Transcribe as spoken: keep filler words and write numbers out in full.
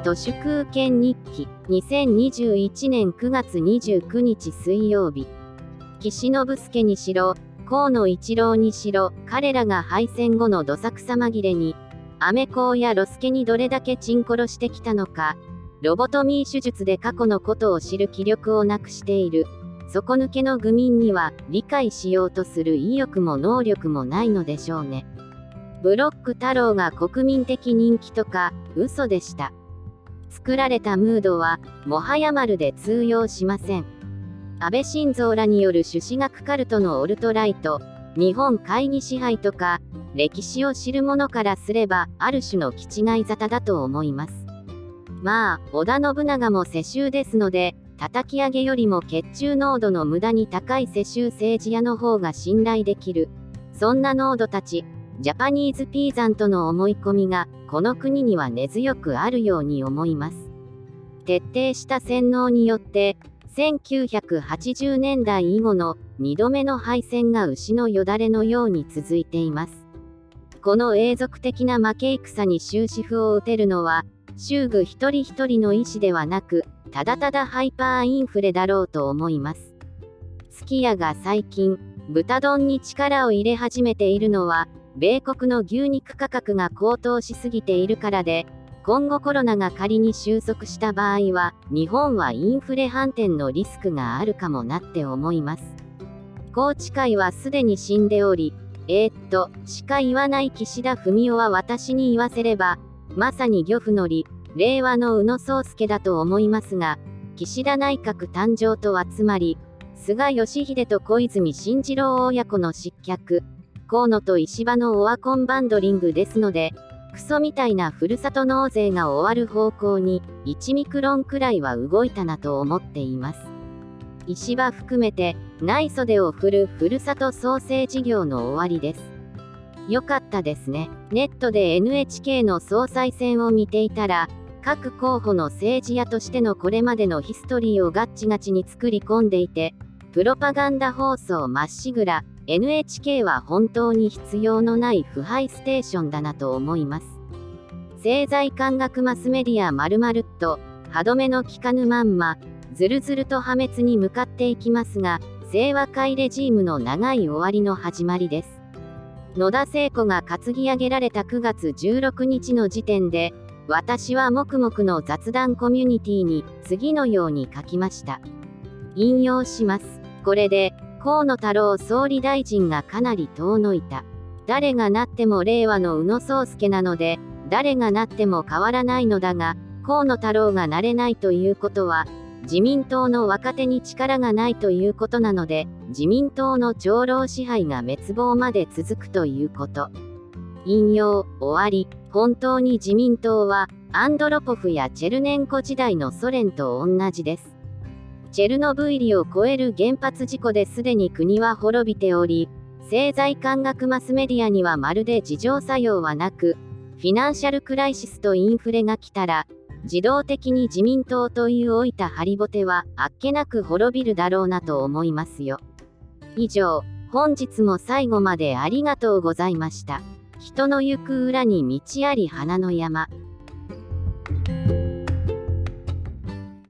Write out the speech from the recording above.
都市空権日記にせんにじゅういちねんくがつにじゅうくにち水曜日。岸信介にしろ、河野一郎にしろ、彼らが敗戦後のどさくさ紛れに、アメコーやロスケにどれだけチンコロしてきたのか、ロボトミー手術で過去のことを知る気力をなくしている、底抜けの愚民には、理解しようとする意欲も能力もないのでしょうね。ブロック太郎が国民的人気とか、嘘でした。作られたムードは、もはやまるで通用しません。安倍晋三らによる朱子学カルトのオルトライト、日本会議支配とか、歴史を知る者からすれば、ある種の気違い沙汰だと思います。まあ、織田信長も世襲ですので、叩き上げよりも血中濃度の無駄に高い世襲政治家の方が信頼できる。そんな濃度たち、ジャパニーズピーザントの思い込みが、この国には根強くあるように思います。徹底した洗脳によって、せんきゅうひゃくはちじゅうねんだい以後のにどめの敗戦が牛のよだれのように続いています。この永続的な負け戦に終止符を打てるのは、衆愚一人一人の意思ではなく、ただただハイパーインフレだろうと思います。すき家が最近、豚丼に力を入れ始めているのは、米国の牛肉価格が高騰しすぎているからで、今後コロナが仮に収束した場合は、日本はインフレ反転のリスクがあるかもなって思います。宏池会はすでに死んでおり、えー、っと、しか言わない岸田文雄は私に言わせれば、まさに漁夫の利、令和の宇野宗介だと思いますが、岸田内閣誕生とはつまり、菅義偉と小泉進次郎親子の失脚、河野と石破のオワコンバンドリングですので、クソみたいなふるさと納税が終わる方向にいちミクロンくらいは動いたなと思っています。石破含めて内袖を振るふるさと創生事業の終わりです。よかったですね。ネットで エヌエイチケー の総裁選を見ていたら、各候補の政治家としてのこれまでのヒストリーをガッチガチに作り込んでいて、プロパガンダ放送まっしぐら、エヌエイチケー は本当に必要のない腐敗ステーションだなと思います。政財官学マスメディア丸々っと、歯止めの効かぬまんま、ずるずると破滅に向かっていきますが、清和会レジームの長い終わりの始まりです。野田聖子が担ぎ上げられたくがつじゅうろくにちの時点で、私は黙々の雑談コミュニティに次のように書きました。引用します。これで、河野太郎総理大臣がかなり遠のいた。誰がなっても令和の宇野宗介なので、誰がなっても変わらないのだが、河野太郎がなれないということは、自民党の若手に力がないということなので、自民党の長老支配が滅亡まで続くということ。引用、終わり。本当に自民党は、アンドロポフやチェルネンコ時代のソ連と同じです。チェルノブイリを超える原発事故ですでに国は滅びており、政財官学マスメディアにはまるで自浄作用はなく、フィナンシャルクライシスとインフレが来たら、自動的に自民党という老いたハリボテはあっけなく滅びるだろうなと思いますよ。以上、本日も最後までありがとうございました。人の行く裏に道あり花の山。